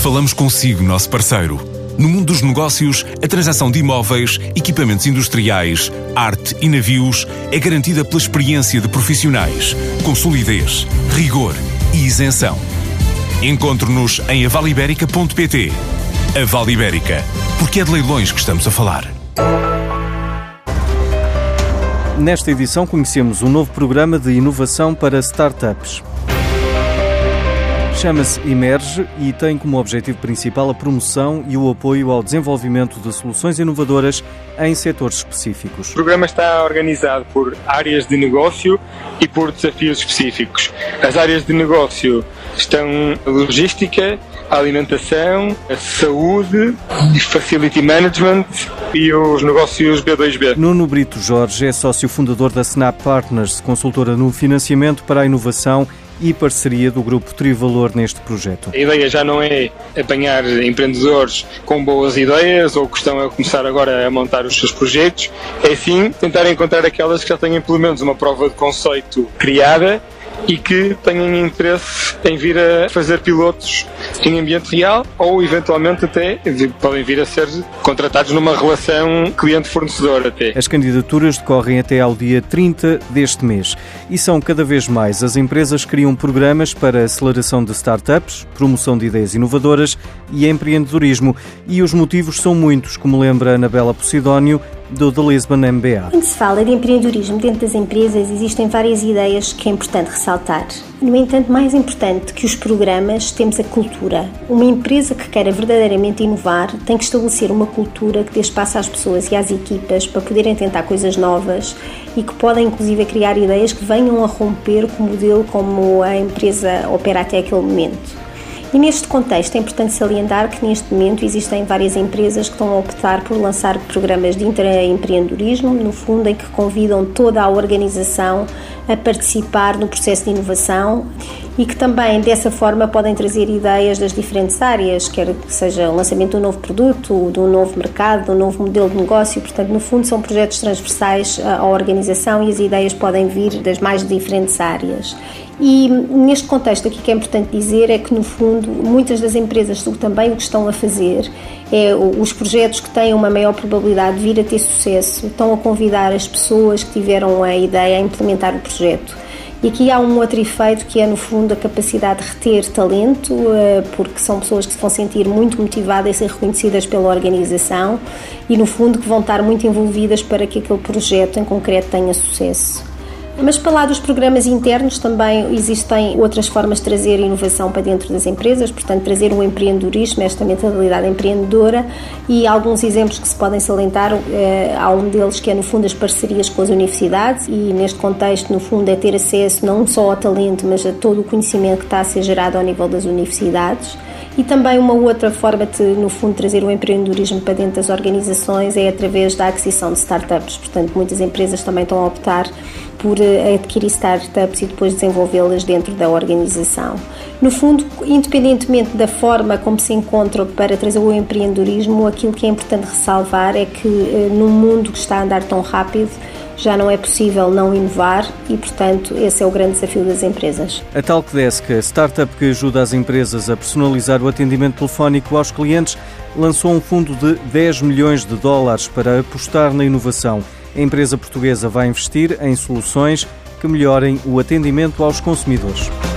Falamos consigo, nosso parceiro. No mundo dos negócios, a transação de imóveis, equipamentos industriais, arte e navios é garantida pela experiência de profissionais, com solidez, rigor e isenção. Encontre-nos em avaliberica.pt. A Vale Ibérica, porque é de leilões que estamos a falar. Nesta edição conhecemos um novo programa de inovação para startups. Chama-se Emerge e tem como objetivo principal a promoção e o apoio ao desenvolvimento de soluções inovadoras em setores específicos. O programa está organizado por áreas de negócio e por desafios específicos. As áreas de negócio estão a logística, a alimentação, a saúde, facility management e os negócios B2B. Nuno Brito Jorge é sócio fundador da Snap Partners, consultora no financiamento para a inovação e parceria do Grupo Trivalor neste projeto. A ideia já não é apanhar empreendedores com boas ideias ou que estão a começar agora a montar os seus projetos, é sim tentar encontrar aquelas que já tenham pelo menos uma prova de conceito criada e que tenham interesse em vir a fazer pilotos em ambiente real ou eventualmente até podem vir a ser contratados numa relação cliente-fornecedor até. As candidaturas decorrem até ao dia 30 deste mês e são cada vez mais as empresas que criam programas para aceleração de startups, promoção de ideias inovadoras e empreendedorismo, e os motivos são muitos, como lembra Anabela Posidónio, do The Lisbon MBA. Quando se fala de empreendedorismo dentro das empresas, existem várias ideias que é importante ressaltar. No entanto, mais importante que os programas, temos a cultura. Uma empresa que queira verdadeiramente inovar tem que estabelecer uma cultura que dê espaço às pessoas e às equipas para poderem tentar coisas novas e que podem, inclusive, criar ideias que venham a romper com o modelo como a empresa opera até aquele momento. E neste contexto é importante salientar que neste momento existem várias empresas que estão a optar por lançar programas de intraempreendedorismo, no fundo em que convidam toda a organização a participar no processo de inovação e que também dessa forma podem trazer ideias das diferentes áreas, quer que seja o lançamento de um novo produto, de um novo mercado, de um novo modelo de negócio. Portanto, no fundo são projetos transversais à organização e as ideias podem vir das mais diferentes áreas. E neste contexto aqui que é importante dizer é que no fundo muitas das empresas também o que estão a fazer é os projetos que têm uma maior probabilidade de vir a ter sucesso, estão a convidar as pessoas que tiveram a ideia a implementar o projeto. E aqui há um outro efeito que é no fundo a capacidade de reter talento, porque são pessoas que se vão sentir muito motivadas a ser reconhecidas pela organização e no fundo que vão estar muito envolvidas para que aquele projeto em concreto tenha sucesso. Mas para lá dos programas internos também existem outras formas de trazer inovação para dentro das empresas, portanto trazer o empreendedorismo, esta mentalidade empreendedora, e alguns exemplos que se podem salientar, há um deles que é no fundo as parcerias com as universidades e neste contexto no fundo é ter acesso não só ao talento mas a todo o conhecimento que está a ser gerado ao nível das universidades. E também uma outra forma de, no fundo, trazer o empreendedorismo para dentro das organizações é através da aquisição de startups. Portanto, muitas empresas também estão a optar por adquirir startups e depois desenvolvê-las dentro da organização. No fundo, independentemente da forma como se encontram para trazer o empreendedorismo, aquilo que é importante ressalvar é que num mundo que está a andar tão rápido, já não é possível não inovar e, portanto, esse é o grande desafio das empresas. A Talkdesk, a startup que ajuda as empresas a personalizar o atendimento telefónico aos clientes, lançou um fundo de 10 milhões de dólares para apostar na inovação. A empresa portuguesa vai investir em soluções que melhorem o atendimento aos consumidores.